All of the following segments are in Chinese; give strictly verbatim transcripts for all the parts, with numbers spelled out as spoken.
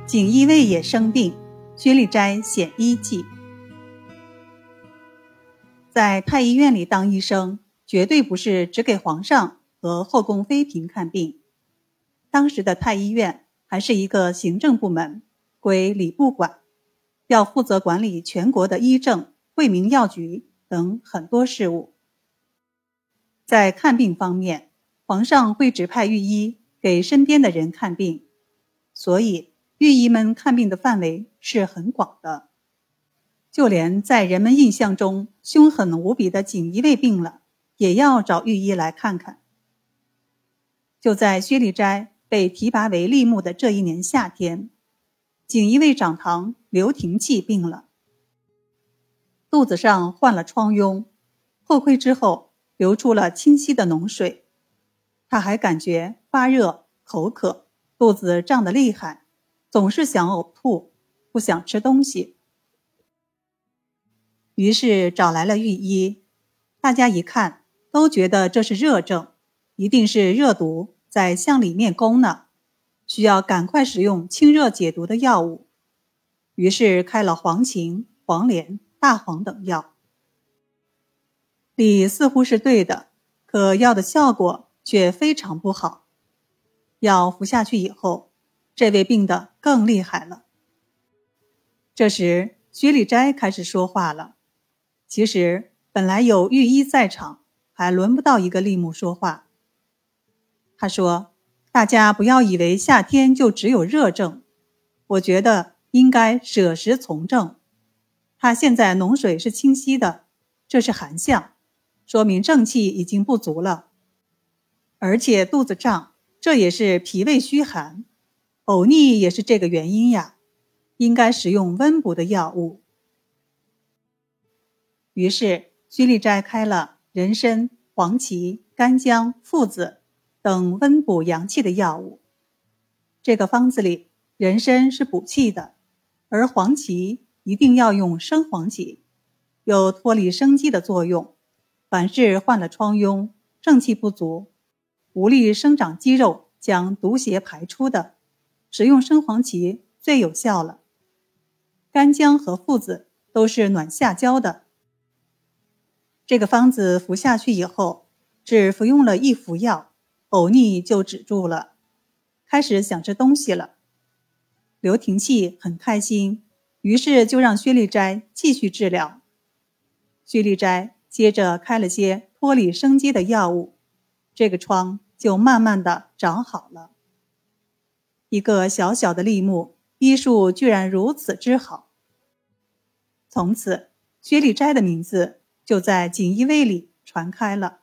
锦衣卫也生病，薛丽斋显医计。在太医院里当医生，绝对不是只给皇上和后宫妃嫔看病。当时的太医院还是一个行政部门，归礼部管，要负责管理全国的医政、惠民药局等很多事务。在看病方面，皇上会指派御医给身边的人看病，所以御医们看病的范围是很广的。就连在人们印象中凶狠无比的锦衣卫病了，也要找御医来看看。就在薛丽斋被提拔为吏目的这一年夏天，锦衣卫长堂刘廷器病了，肚子上患了疮痈，后窥之后流出了清晰的脓水。他还感觉发热、口渴，肚子胀得厉害，总是想呕吐，不想吃东西。于是找来了御医，大家一看都觉得这是热症，一定是热毒在向里面攻呢，需要赶快使用清热解毒的药物。于是开了黄芩、黄连、大黄等药。理似乎是对的，可药的效果却非常不好。药服下去以后，这位病得更厉害了。这时薛丽斋开始说话了。其实本来有御医在场，还轮不到一个吏目说话。他说，大家不要以为夏天就只有热症，我觉得应该舍时从政。他现在脓水是清晰的，这是寒象，说明正气已经不足了。而且肚子胀，这也是脾胃虚寒，呕逆也是这个原因呀，应该使用温补的药物。于是薛丽斋开了人参、黄芪、干姜、附子等温补阳气的药物。这个方子里，人参是补气的，而黄芪一定要用生黄芪，有脱离生机的作用。凡是患了疮痈、正气不足、无力生长肌肉将毒邪排出的，使用生黄芪最有效了。干姜和附子都是暖下焦的。这个方子服下去以后，只服用了一服药，呕逆就止住了，开始想吃东西了。刘廷器很开心，于是就让薛丽斋继续治疗。薛丽斋接着开了些脱离生机的药物，这个疮就慢慢的长好了。一个小小的吏目，医术居然如此之好。从此薛丽斋的名字就在锦衣卫里传开了。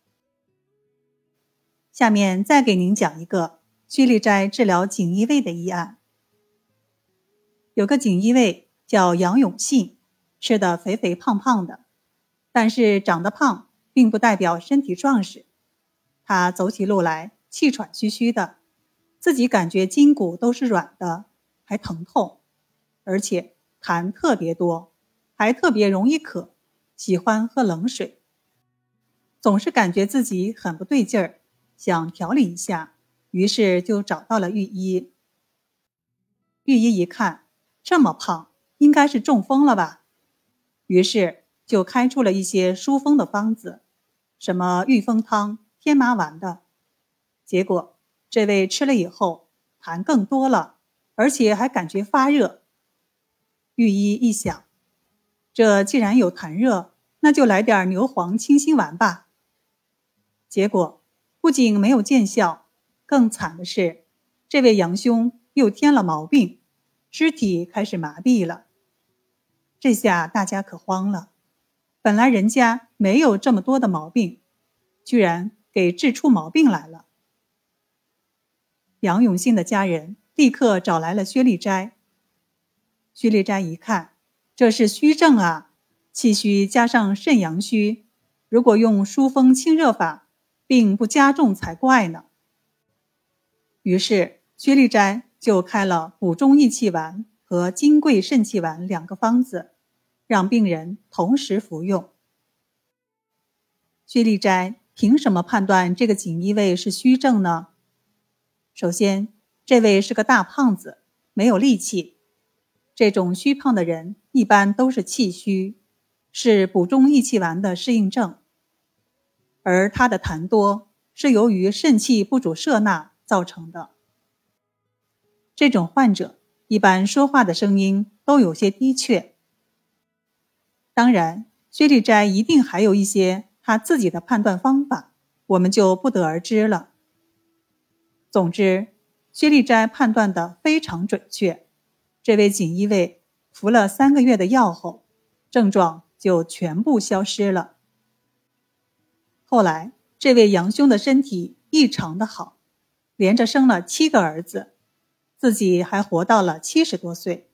下面再给您讲一个薛丽斋治疗锦衣卫的医案。有个锦衣卫叫杨永信，吃得肥肥胖胖的，但是长得胖并不代表身体壮实。他走起路来气喘吁吁的，自己感觉筋骨都是软的，还疼痛，而且痰特别多，还特别容易渴，喜欢喝冷水，总是感觉自己很不对劲儿，想调理一下，于是就找到了御医。御医一看，这么胖，应该是中风了吧？于是就开出了一些疏风的方子，什么御风汤、天麻丸的。结果这位吃了以后，痰更多了，而且还感觉发热。御医一想，这既然有痰热，那就来点牛黄清心丸吧。结果不仅没有见效，更惨的是，这位杨兄又添了毛病，肢体开始麻痹了。这下大家可慌了，本来人家没有这么多的毛病，居然给治出毛病来了。杨永信的家人立刻找来了薛丽斋。薛丽斋一看，这是虚症啊，气虚加上肾阳虚，如果用疏风清热法，病不加重才怪呢。于是薛丽斋就开了补中益气丸和金匮肾气丸两个方子，让病人同时服用。薛丽斋凭什么判断这个锦衣卫是虚症呢？首先，这位是个大胖子， 没有力气。这种虚胖的人一般都是气虚，是补中益气丸的适应症。而他的痰多是由于肾气不主摄纳造成的。这种患者一般说话的声音都有些低怯。当然，薛立斋一定还有一些他自己的判断方法，我们就不得而知了。总之，薛立斋判断得非常准确。这位锦衣卫服了三个月的药后，症状就全部消失了。后来，这位杨兄的身体异常的好，连着生了七个儿子，自己还活到了七十多岁。